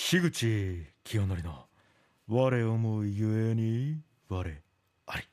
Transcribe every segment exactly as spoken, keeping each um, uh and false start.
樋口清則の我思いゆえに我あり。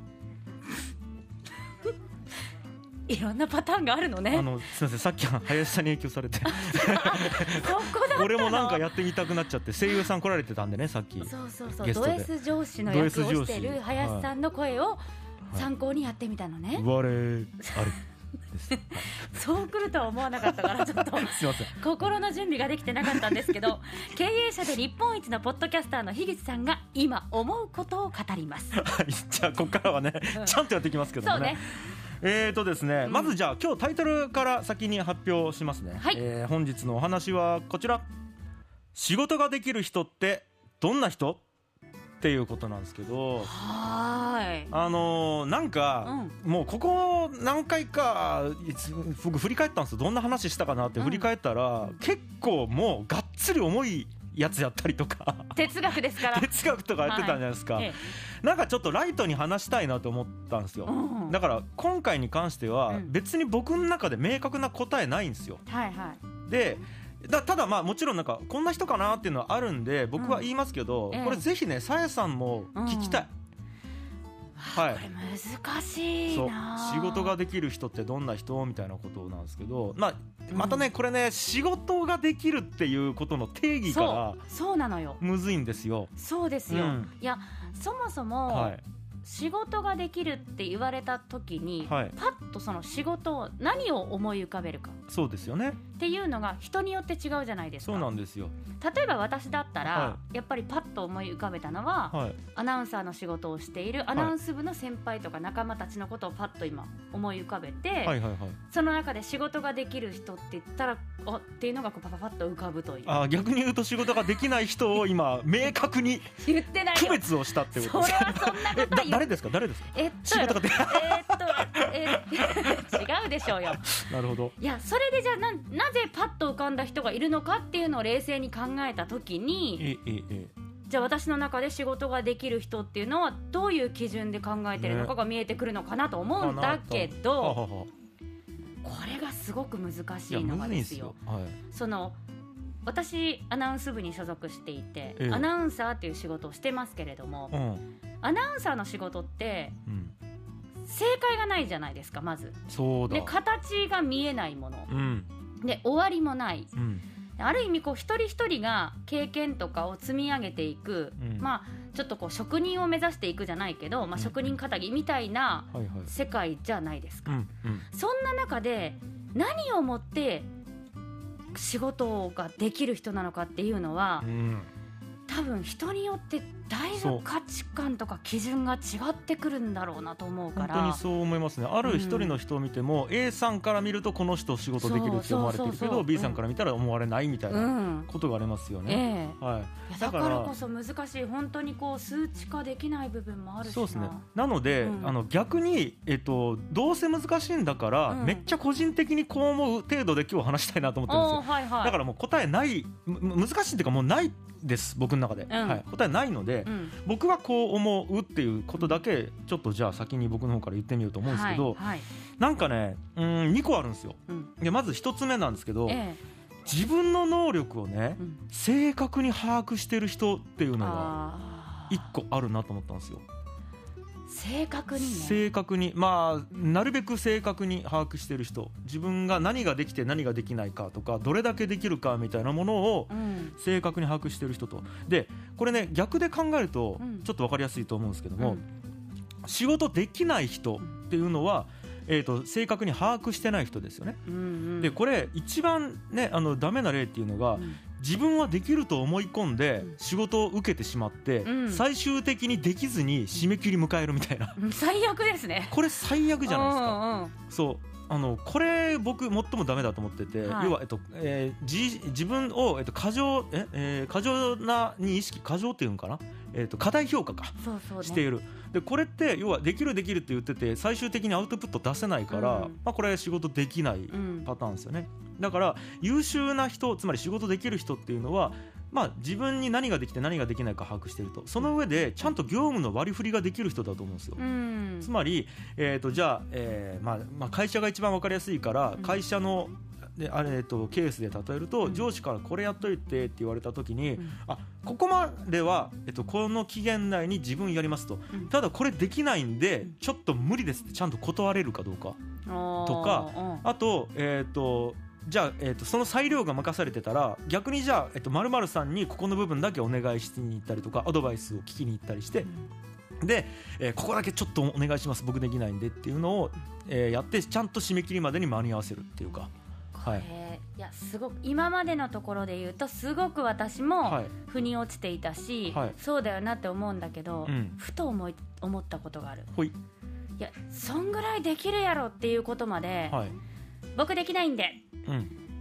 いろんなパターンがあるのね。 あのすいません、さっきは林さんに影響されてそこだったの。 俺もなんかやってみたくなっちゃって、声優さん来られてたんでね、さっき。 そうそうそう、 ゲストでド S 上司の役をしてる林さんの声を参考にやってみたのね、はい、 我ありです、はい、 そう来るとは思わなかったからちょっとすいません、 心の準備ができてなかったんですけど経営者で日本一のポッドキャスターの樋口さんが今思うことを語りますはい、じゃあここからはね、うん、ちゃんとやっていきますけどもね。えーとですね、うん、まずじゃあ今日タイトルから先に発表しますね、はい。えー、本日のお話はこちら。仕事ができる人ってどんな人っていうことなんですけど、 はい、 あのー、なんか、うん、もうここ何回か僕振り返ったんですよ。どんな話したかなって振り返ったら、うん、結構もうがっつり重いやつやったりとか哲学ですから哲学とかやってたんじゃないですか、はい、ええ、なんかちょっとライトに話したいなと思ったんですよ、うんうん、だから今回に関しては別に僕の中で明確な答えないんですよ、うん、はいはい。でだただまあもちろんなんかこんな人かなっていうのはあるんで僕は言いますけど、うん、これぜひねさやさんも聞きたい、 うん、はい、これ難しいな。 そう、仕事ができる人ってどんな人みたいなことなんですけど、まあ、またね、うん、これね仕事ができるっていうことの定義がそうなのよ、 むずいんですよ。 そうですよ、うん、いやそもそも、はい、仕事ができるって言われた時に、はい、パッとその仕事を何を思い浮かべるか。 そうですよねっていうのが人によって違うじゃないですか。 そうなんですよ。 例えば私だったら、はい、やっぱりパッと思い浮かべたのは、はい、アナウンサーの仕事をしているアナウンス部の先輩とか仲間たちのことをパッと今思い浮かべて、はいはいはい、その中で仕事ができる人って言ったらあっていうのがこうパパパッと浮かぶという。 あ、逆に言うと仕事ができない人を今明確に言ってないよ、 区別をしたってことです。 それはそんなこと言う。 誰ですか誰ですか、 えっと、 仕事ができないえっと、えー、違うでしょうよ。 なるほど。 いやそれでじゃあ な, なぜパッと浮かんだ人がいるのかっていうのを冷静に考えたときに、えええじゃあ私の中で仕事ができる人っていうのはどういう基準で考えてるのかが見えてくるのかなと思うんだけど、ね、はははこれがすごく難しいのがですよ。いや、むずいんですよ、はい、その私アナウンス部に所属していて、ええ、アナウンサーっていう仕事をしてますけれども、うん、アナウンサーの仕事って、うん、正解がないじゃないですか。まずそうだ、 で形が見えないもの、うん、で終わりもない、うん、ある意味こう一人一人が経験とかを積み上げていく、うん、まあ、ちょっとこう職人を目指していくじゃないけど、まあ、職人かたぎみたいな世界じゃないですか、うんうん、そんな中で何をもって仕事ができる人なのかっていうのは、うん、多分人によってだいぶ価値観とか基準が違ってくるんだろうなと思うから。 本当にそう思いますね。ある一人の人を見ても、うん、A さんから見るとこの人仕事できるって思われてるけど、そうそうそうそう、B さんから見たら思われないみたいなことがありますよね、うん、えーはい、 いやだからこそ難しい。本当にこう数値化できない部分もあるしな。 そうですね。なので、うん、あの逆に、えっと、どうせ難しいんだから、うん、めっちゃ個人的にこう思う程度で今日話したいなと思ってるんですよ、はいはい、だからもう答えない、難しいっていうかもうないです僕の中で、うん、はい、答えないので、うん、僕はこう思うっていうことだけちょっとじゃあ先に僕の方から言ってみようと思うんですけど、はいはい、なんかね、うん、にこあるんですよ、うん、でまずひとつめなんですけど、ええ、自分の能力をね、うん、正確に把握してる人っていうのがいっこあるなと思ったんですよ。 正確にね。 正確に、まあ、なるべく正確に把握してる人、自分が何ができて何ができないかとかどれだけできるかみたいなものを正確に把握してる人と、でこれね逆で考えるとちょっと分かりやすいと思うんですけども、うん、仕事できない人っていうのは、えーと、正確に把握してない人ですよね、うんうん、でこれ一番ねあのダメな例っていうのが、うん、自分はできると思い込んで仕事を受けてしまって、うん、最終的にできずに締め切り迎えるみたいな、 うん、最悪ですね。 これ最悪じゃないですか、うんうん、そうあのこれ僕最もダメだと思ってて、はい、要は、えっとえー、自, 自分を、えっと、過剰え、えー、過剰なに意識過剰っていうんかな、えー、と過大評価かそうそう、ね、 している。でこれって要はできるできるって言ってて最終的にアウトプット出せないから、うんまあ、これ仕事できないパターンですよね、うん、だから優秀な人つまり仕事できる人っていうのは、まあ、自分に何ができて何ができないか把握していると。その上でちゃんと業務の割り振りができる人だと思うんですよ、うん、つまり、えー、とじゃあ、えーまあまあ、会社が一番分かりやすいから会社のであれ、えっと、ケースで例えると、うん、上司からこれやっといてって言われた時に、うん、あここまでは、えっと、この期限内に自分やりますと、うん、ただこれできないんで、うん、ちょっと無理ですってちゃんと断れるかどうかとか、あと、えっとじゃあ、えー、とその裁量が任されてたら逆にじゃあ、えー、と〇〇さんにここの部分だけお願いしに行ったりとかアドバイスを聞きに行ったりして、うん、で、えー、ここだけちょっとお願いします僕できないんでっていうのを、えー、やってちゃんと締め切りまでに間に合わせるっていうか、はい、 いやすごく今までのところで言うとすごく私も腑に落ちていたし、はい、そうだよなって思うんだけど、うん、ふと思い思ったことがある。ほいいやそんぐらいできるやろっていうことまで、はい、僕できないんで、うん、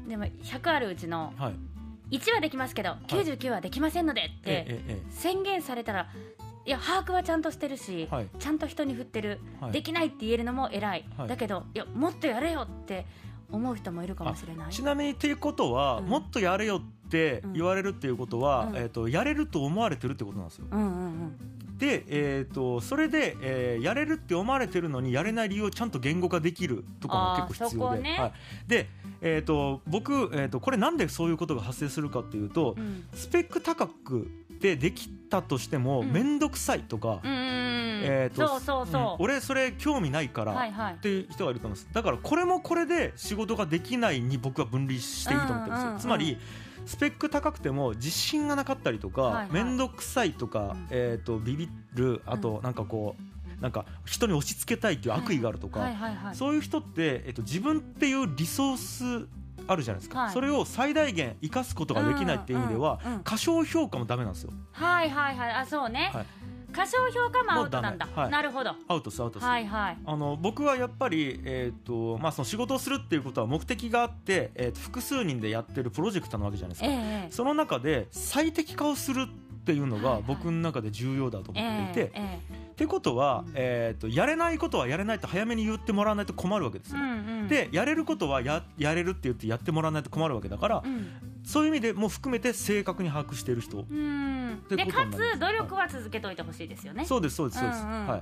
でもひゃくあるうちのいちはできますけど、はい、きゅうじゅうきゅうはできませんのでって宣言されたら、いや把握はちゃんとしてるし、はい、ちゃんと人に振ってる、はい、できないって言えるのも偉い、はい、だけどいやもっとやれよって思う人もいるかもしれない。 ちなみにっていうことは、うん、もっとやれよって言われるっていうことは、うんえー、とやれると思われてるってことなんですよ、うんうんうんで、えー、とそれで、えー、やれるって思われてるのにやれない理由をちゃんと言語化できるとかも結構必要で、ねはい、で、えー、と僕、えー、とこれなんでそういうことが発生するかっていうと、うん、スペック高くでできたとしても面倒くさいとか、うんえー、とそうそうそう、うん、俺それ興味ないからっていう人がいると思います。だからこれもこれで仕事ができないに僕は分離していいと思ってるんですよ、うんうんうん、つまりスペック高くても自信がなかったりとか、はいはい、面倒くさいとか、うんえー、とビビるあとなんかこうなんか人に押し付けたいっていう悪意があるとか、はいはいはいはい、そういう人って、えー、と自分っていうリソースあるじゃないですか、はい、それを最大限生かすことができないっていう意味では、うんうんうん、過小評価もダメなんですよ。 はいはいはいあそうね、はい過小評価もアウトなんだ、はい、なるほどアウトですアウトです、 はいはい、 あの僕はやっぱり、えーとまあ、その仕事をするっていうことは目的があって、えー、と複数人でやってるプロジェクトなわけじゃないですか、えー、その中で最適化をするっていうのが僕の中で重要だと思っていて、えーえー、ってことは、えー、とやれないことはやれないと早めに言ってもらわないと困るわけですよ、うんうん、でやれることは や, やれるって言ってやってもらわないと困るわけだから、うん、そういう意味でも含めて正確に把握している人、うんでかつ努力は続けておいてほしいですよね、はい、 そうですそうですそうです、うんうんはい、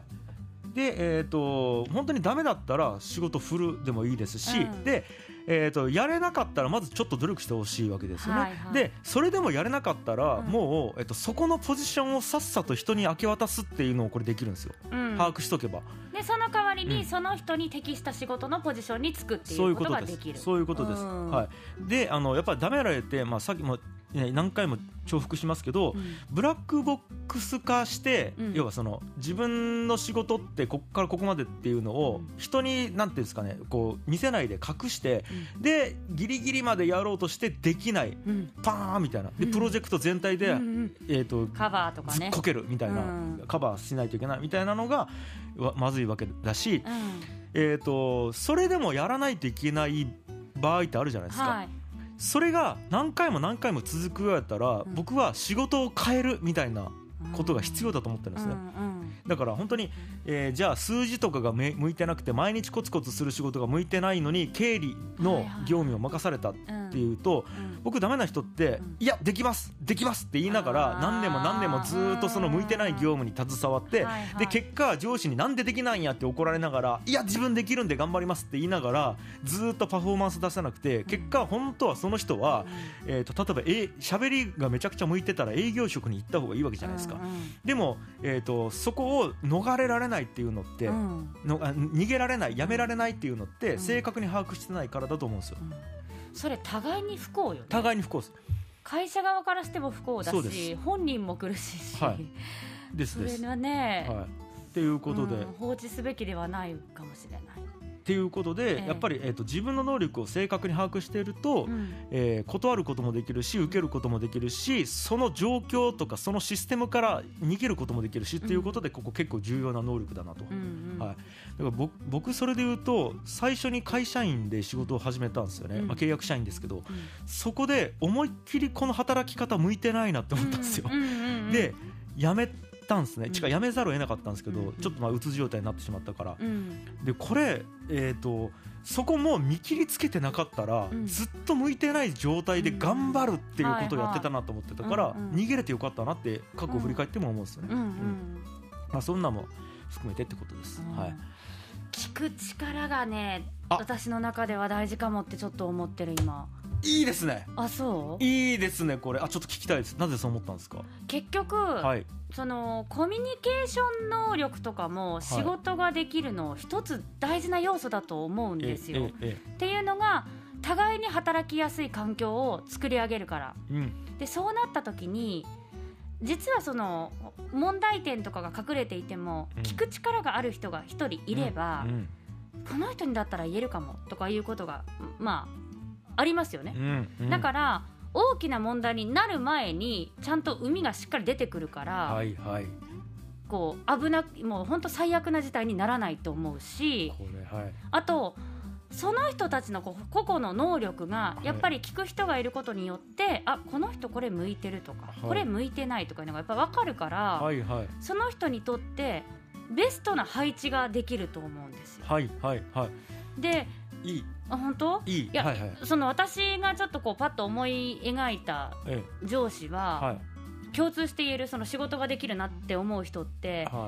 で、えー、と本当にダメだったら仕事フルでもいいですし、うん、で、えー、とやれなかったらまずちょっと努力してほしいわけですよね、はいはい、でそれでもやれなかったら、うん、もう、えー、とそこのポジションをさっさと人に明け渡すっていうのをこれできるんですよ、うん、把握しとけば。 でその代わりに、うん、その人に適した仕事のポジションにつくっていうことができる。 そういうことです、そういうことです、はい、であのやっぱりダメられて、まあ、さっきも何回も重複しますけど、うん、ブラックボックス化して、うん、要はその自分の仕事ってここからここまでっていうのを人になんていうんですかねこう見せないで隠して、うん、でギリギリまでやろうとしてできない、うん、パーンみたいなでプロジェクト全体で、うんえー、とカバーとかねずっこけるみたいな、うん、カバーしないといけないみたいなのがまずいわけだし、うんえー、とそれでもやらないといけない場合ってあるじゃないですか、はいそれが何回も何回も続くようやったら、うん、僕は仕事を変えるみたいなことが必要だと思ってるんですね、うんうん、だから本当に、えー、じゃあ数字とかが向いてなくて毎日コツコツする仕事が向いてないのに経理の業務を任されたっていうと、はいはいうん、僕ダメな人って、うん、いやできますできますって言いながら何年も何年もずっとその向いてない業務に携わって、はいはい、で結果上司になんでできないんやって怒られながらいや自分できるんで頑張りますって言いながらずっとパフォーマンス出せなくて結果本当はその人は、うんえー、と例えば喋りがめちゃくちゃ向いてたら営業職に行った方がいいわけじゃないですか、うんうん、でも、えー、とそこを逃れられないっていうのって、うん、の逃げられないやめられないっていうのって正確に把握してないからだと思うんですよ、うんそれ互いに不幸よね。 互いに不幸です。 会社側からしても不幸だし本人も苦しいし、はい、 ですですそれはね、はい、 っていうことで、 うん、放置すべきではないかもしれないっていうことで、えー、やっぱり、えーと、自分の能力を正確に把握していると、うんえー、断ることもできるし受けることもできるしその状況とかそのシステムから逃げることもできるしっていうことで、うん、ここ結構重要な能力だなと、うんうんはい、だから僕、僕それで言うと最初に会社員で仕事を始めたんですよね、うんまあ、契約社員ですけど、うん、そこで思いっきりこの働き方向いてないなって思ったんですよ、うんうんうんうん、で辞めたんですね、うん、やめざるを得なかったんですけど、うん、ちょっとまあうつ状態になってしまったから、うん、でこれ、えーと、そこも見切りつけてなかったら、うん、ずっと向いてない状態で頑張るっていうことをやってたなと思ってたから、うんはいはい、逃げれてよかったなって過去を振り返っても思うんですよね、うんうんうんまあ、そんなも含めてってことです、はい、 聞く力がね私の中では大事かもってちょっと思ってる今。 いいですね。 あ、そういいですねこれ。あ、ちょっと聞きたいです。なぜそう思ったんですか？ 結局、 はい、 そのコミュニケーション能力とかも仕事ができるの一つ大事な要素だと思うんですよ、っていうのが互いに働きやすい環境を作り上げるから、うん、でそうなった時に実はその問題点とかが隠れていても、うん、聞く力がある人が一人いれば、うんうん、この人にだったら言えるかもとかいうことがまあありますよね、うんうん、だから大きな問題になる前にちゃんと膿がしっかり出てくるから、はいはい、こう危なもう本当最悪な事態にならないと思うし、これ、はい、あとその人たちの個々の能力がやっぱり聞く人がいることによって、はい、あこの人これ向いてるとか、はい、これ向いてないとかいうのがやっぱ分かるから、はいはい、その人にとってベストな配置ができると思うんですよ。はいはいはい、でいいあ本当いいいや、はいはい、その私がちょっとこうパッと思い描いた上司は、はい、共通して言えるその仕事ができるなって思う人って、はい、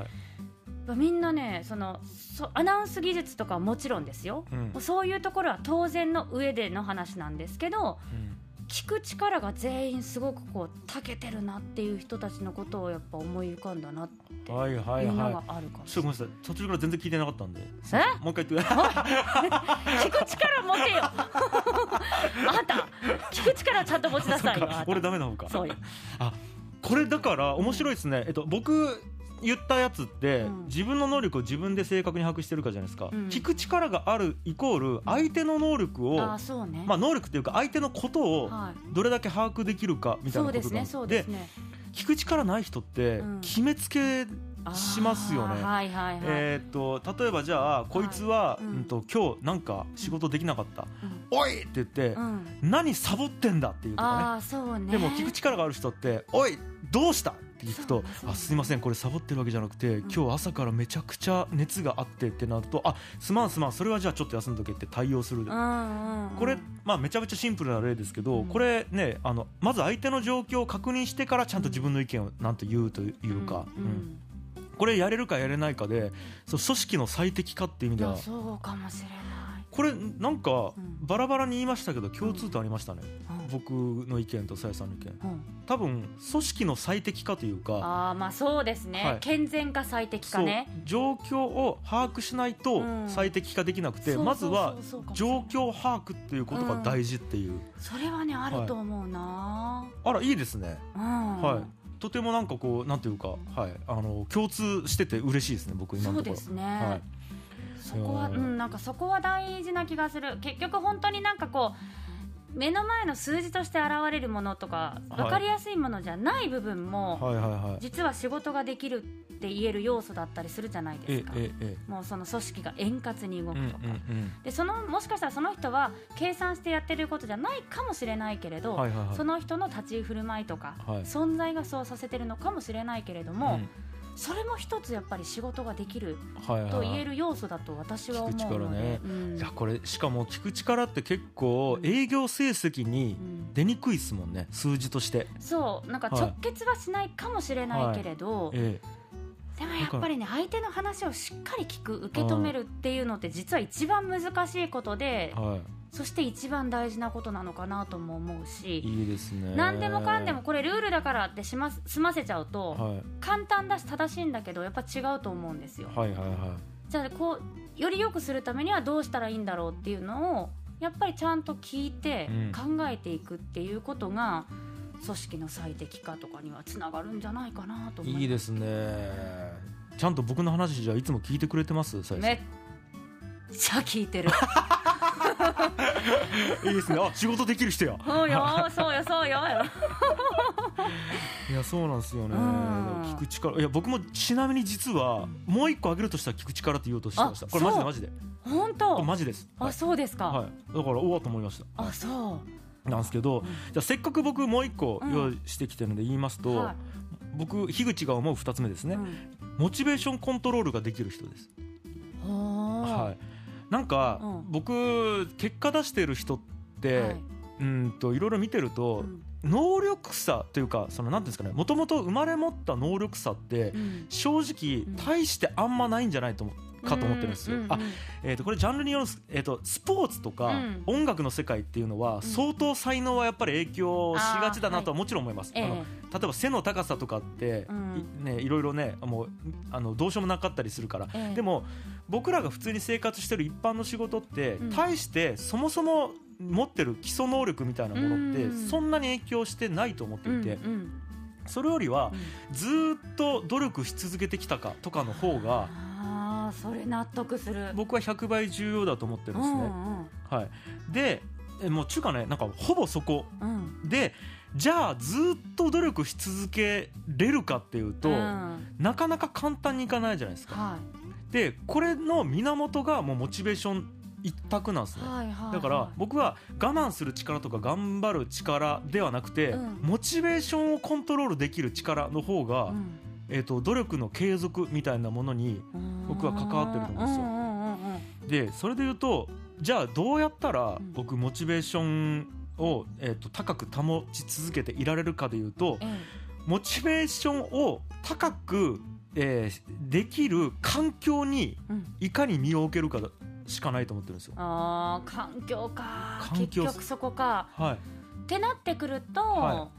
みんなねそのそアナウンス技術とかはもちろんですよ、うん、そういうところは当然の上での話なんですけど、うん聞く力が全員すごくこう長けてるなっていう人たちのことをやっぱ思い浮かんだなっていうのがあるかもしれない。ちょっとごめんなさい途中から全然聞いてなかったんでえもう一回言ってください聞く力持てよあんた聞く力ちゃんと持ちなさいよ俺ダメな方か。 そうよあこれだから面白いですね、えっと、僕言ったやつって、うん、自分の能力を自分で正確に把握してるかじゃないですか、うん、聞く力があるイコール相手の能力を、あそうねまあ、能力っていうか相手のことをどれだけ把握できるかみたいなことが、はい、そうですね、そうですね。聞く力ない人って決めつけしますよね、うんはいはいはいえー、と例えばじゃあこいつは、はいうん、と今日なんか仕事できなかった、うん、おいって言って、うん、何サボってんだっていうとかね。あそうね。でも聞く力がある人っておいどうしたって聞くと、あすいませんこれサボってるわけじゃなくて、うん、今日朝からめちゃくちゃ熱があってってなると、あすまんすまんそれはじゃあちょっと休んどけって対応する、うんうんうん、これ、まあ、めちゃめちゃシンプルな例ですけど、うん、これねあのまず相手の状況を確認してからちゃんと自分の意見をなんと言うというか、うんうんうんこれやれるかやれないかでそう組織の最適化っていう意味ではそうかもしれない。 これなんかバラバラに言いましたけど共通点ありましたね、うん、僕の意見とさやさんの意見、うん、多分組織の最適化というかあまあそうですね、はい、健全化最適化ね。 状況を把握しないと最適化できなくて、うん、まずは状況把握っていうことが大事っていう、うん、 それはねあると思うな、 はい、あらいいですね、うんはいとてもなんかこうなんていうか、はい、あの共通してて嬉しいですね僕今のところ。 そうですね、はい、そこは、うん、なんかそこは大事な気がする。結局本当になんかこう目の前の数字として現れるものとか分かりやすいものじゃない部分も、はいはいはいはい、実は仕事ができるって言える要素だったりするじゃないですか。えええもうその組織が円滑に動くとか、うんうんうん、でそのもしかしたらその人は計算してやってることじゃないかもしれないけれど、はいはいはい、その人の立ち居振る舞いとか、はい、存在がそうさせてるのかもしれないけれども、うんそれも一つやっぱり仕事ができると言える要素だと私は思うので、聞く力ね、うん、いやこれしかも聞く力って結構営業成績に出にくいですもんね、うん、数字として。そうなんか直結はしないかもしれないけれど、はいええ、でもやっぱりね相手の話をしっかり聞く受け止めるっていうのって実は一番難しいことで、はいそして一番大事なことなのかなとも思うし、いいですね。何でもかんでもこれルールだからってしま済ませちゃうと、はい、簡単だし正しいんだけどやっぱ違うと思うんですよ、はいはいはい、じゃあこうより良くするためにはどうしたらいいんだろうっていうのをやっぱりちゃんと聞いて考えていくっていうことが、うん、組織の最適化とかにはつながるんじゃないかなと思います。いいですね。ちゃんと僕の話じゃいつも聞いてくれてます？めっちゃ聞いてるいいですね。あ仕事できる人や。そうよそうよそうよいやそうなんですよね、うん、聞く力。いや僕もちなみに実はもう一個挙げるとしたら聞く力って言おうとしてました。これマジでマジで本当マジです、はい、あそうですか、はい、だからおわと思いました。あそうなんですけど、うん、じゃあせっかく僕もう一個用意してきてるので言いますと、うんはい、僕樋口が思うふたつめですね、うん、モチベーションコントロールができる人です。はいなんか、うん、僕結果出してる人って、はい、うんといろいろ見てると、うん、能力差というかそのなんていうんですかねもともと生まれ持った能力差って、うん、正直大してあんまないんじゃないと思かと思ってるんですよ、うんうんうん、あ、えー、とこれジャンルによる、えー、とスポーツとか音楽の世界っていうのは相当才能はやっぱり影響しがちだなとはもちろん思います、はい、あの例えば背の高さとかって、うんいね、いろいろねもうあのどうしようもなかったりするから、えー、でも僕らが普通に生活してる一般の仕事って、うん、対してそもそも持ってる基礎能力みたいなものってそんなに影響してないと思っていて、うんうん、それよりはずっと努力し続けてきたかとかの方が、 あ、それ納得する。 僕はひゃくばい重要だと思ってるんですね、うんうん、はい、でもう中華ねなんかほぼそこ、うん、でじゃあずっと努力し続けれるかっていうと、うん、なかなか簡単にいかないじゃないですか、はい、でこれの源がもうモチベーション一択なんですね、はいはいはい、だから僕は我慢する力とか頑張る力ではなくて、うん、モチベーションをコントロールできる力の方が、うんえー、と努力の継続みたいなものに僕は関わってると思うんですよ。でそれで言うとじゃあどうやったら僕モチベーションを、えー、と高く保ち続けていられるかでいうと、うん、モチベーションを高く、えー、できる環境にいかに身を置けるかしかないと思ってるんですよ。 あー、環境か。結局そこか、 はい、 ってなってくると、はい、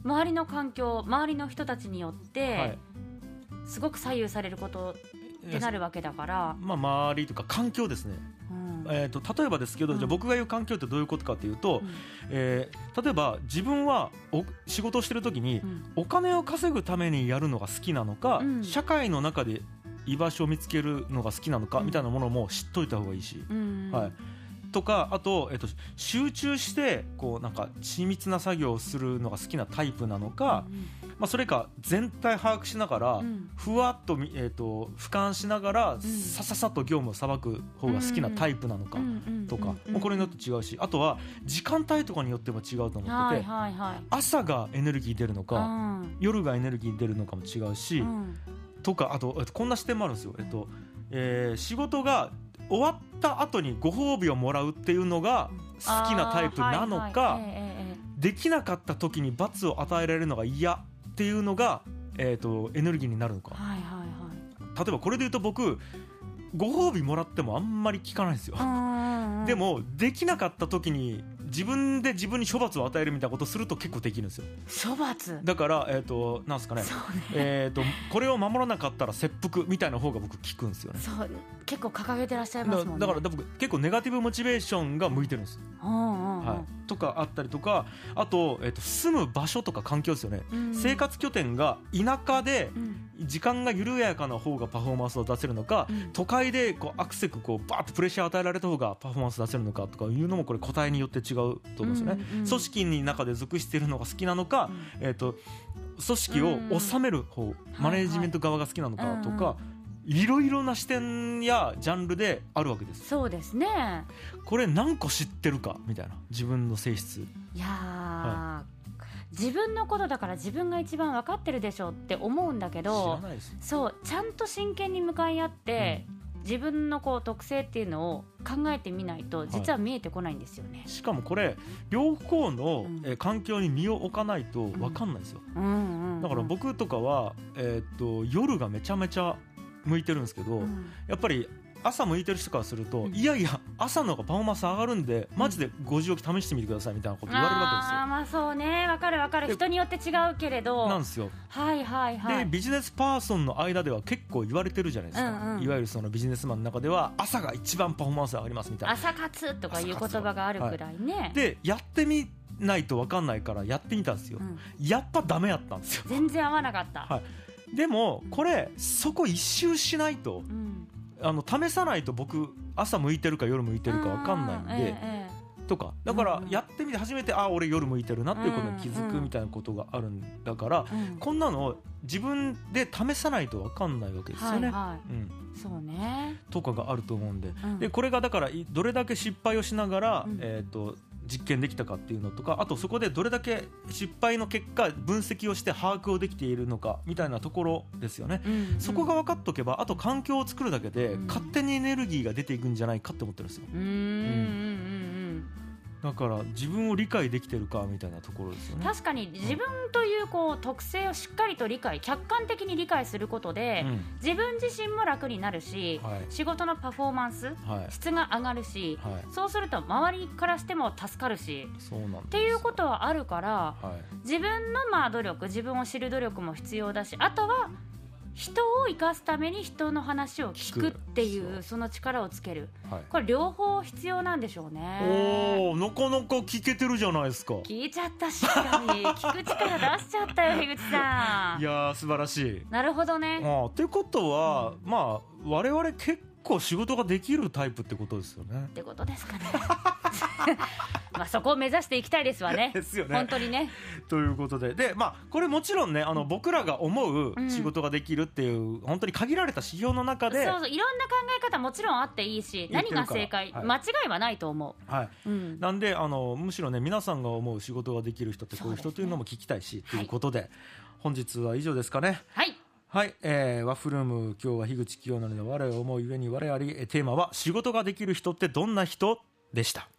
周りの環境周りの人たちによってすごく左右されることってなるわけだから、 まあ、周りとか環境ですね、うんえー、と例えばですけど、うん、じゃあ僕が言う環境ってどういうことかというと、うんえー、例えば自分はお仕事をしてる時に、うん、お金を稼ぐためにやるのが好きなのか、うん、社会の中で居場所を見つけるのが好きなのか、うん、みたいなものも知っといた方がいいし、うんはいとかあと、えっと、集中してこうなんか緻密な作業をするのが好きなタイプなのか、うんまあ、それか全体把握しながら、うん、ふわっと、えー、と俯瞰しながら、うん、さささっと業務をさばく方が好きなタイプなのかとか、うん、これによって違うし、あとは時間帯とかによっても違うと思ってて、はいはいはい、朝がエネルギー出るのか、うん、夜がエネルギー出るのかも違うし、うん、とかあとこんな視点もあるんですよ、えっとえー、仕事が終わった後にご褒美をもらうっていうのが好きなタイプなのか、できなかった時に罰を与えられるのが嫌っていうのが、えーと、エネルギーになるのか、はいはいはい、例えばこれで言うと僕ご褒美もらってもあんまり効かないんですよ。でもできなかった時に自分で自分に処罰を与えるみたいなことをすると結構できるんですよ。 処罰だから、えーと、なんすかね、 そうね、 えーと、これを守らなかったら切腹みたいな方が僕効くんですよね。 そう結構掲げてらっしゃいますもんね。 だから僕結構ネガティブモチベーションが向いてるんです、うんうんうんはい、とかあったりとか、あと、えーと、住む場所とか環境ですよね、うん、生活拠点が田舎で時間が緩やかな方がパフォーマンスを出せるのか、うん、都会でこうアクセクこうバーッとプレッシャーを与えられた方がパフォーマンス出せるのかとかいうのもこれ個体によって違うと思うんですよね、うんうん、組織の中で属しているのが好きなのか、うんえーと、組織を治める方、うん、マネジメント側が好きなのかとか、はいはい、いろいろな視点やジャンルであるわけです。 そうですね。 これ何個知ってるかみたいな自分の性質、 いや、はい、自分のことだから自分が一番分かってるでしょって思うんだけど、 知らないです。 そうちゃんと真剣に向かい合って、うん自分のこう特性っていうのを考えてみないと実は見えてこないんですよね、 はい、しかもこれ両方の、うんえ環境に身を置かないと分かんないんですよ、うんうんうんうん、だから僕とかは、えー、っと夜がめちゃめちゃ向いてるんですけど、うん、やっぱり朝向いてる人からすると、うん、いやいや朝の方がパフォーマンス上がるんでマジでごじ起き試してみてくださいみたいなこと言われるわけですよ。 あまあそうね、分かる分かる、人によって違うけれどなんですよ。 はいはいはい。 でビジネスパーソンの間では結構言われてるじゃないですか、うんうん、いわゆるそのビジネスマンの中では朝が一番パフォーマンス上がりますみたいな、 朝活とかいう言葉があるくらいね、 はい、でやってみないと分かんないからやってみたんですよ、うん、やっぱダメやったんですよ。 全然合わなかった、 はい、でもこれそこ一周しないと、うんあの試さないと僕朝向いてるか夜向いてるか分かんないんで、ええ、とかだからやってみて初めてあ俺夜向いてるなっていうことに気づくみたいなことがあるんだから、うん、こんなの自分で試さないと分かんないわけですよね、はいはいうん、 そうねとかがあると思うんで、うん、でこれがだからどれだけ失敗をしながら、うんえーと実験できたかっていうのとか、あとそこでどれだけ失敗の結果分析をして把握をできているのかみたいなところですよね、うんうん、そこが分かっとけばあと環境を作るだけで勝手にエネルギーが出ていくんじゃないかって思ってるんですよ。うんうんうんうんだから自分を理解できてるかみたいなところですよね。 確かに自分というこう特性をしっかりと理解、客観的に理解することで、うん、自分自身も楽になるし、はい、仕事のパフォーマンス、はい、質が上がるし、はい、そうすると周りからしても助かるし、そうなんですっていうことはあるから、はい、自分のまあ努力、自分を知る努力も必要だし、あとは人を生かすために人の話を聞くっていうその力をつける、はい、これ両方必要なんでしょうね。 おー、なかなか聞けてるじゃないですか。 聞いちゃった、しっかり聞く力出しちゃったよ樋口さん。 いやー素晴らしい。 なるほどね。 あってことは、うん、まあ我々結構仕事ができるタイプってことですよね。 ってことですかね。まあそこを目指していきたいですわね。 ですよね。 本当にね。 ということで、で、まあ、これもちろんね、あの僕らが思う仕事ができるっていう、うん、本当に限られた指標の中で、 そうそう、いろんな考え方もちろんあっていいし、何が正解、はい、間違いはないと思う。はい。うん、なんであのむしろね、皆さんが思う仕事ができる人ってこういう人というのも聞きたいし、ということで、はい、本日は以上ですかね。はい。はい、えー、ワッフルーム、今日は樋口清則の我を思うゆえに我あり、テーマは仕事ができる人ってどんな人でした。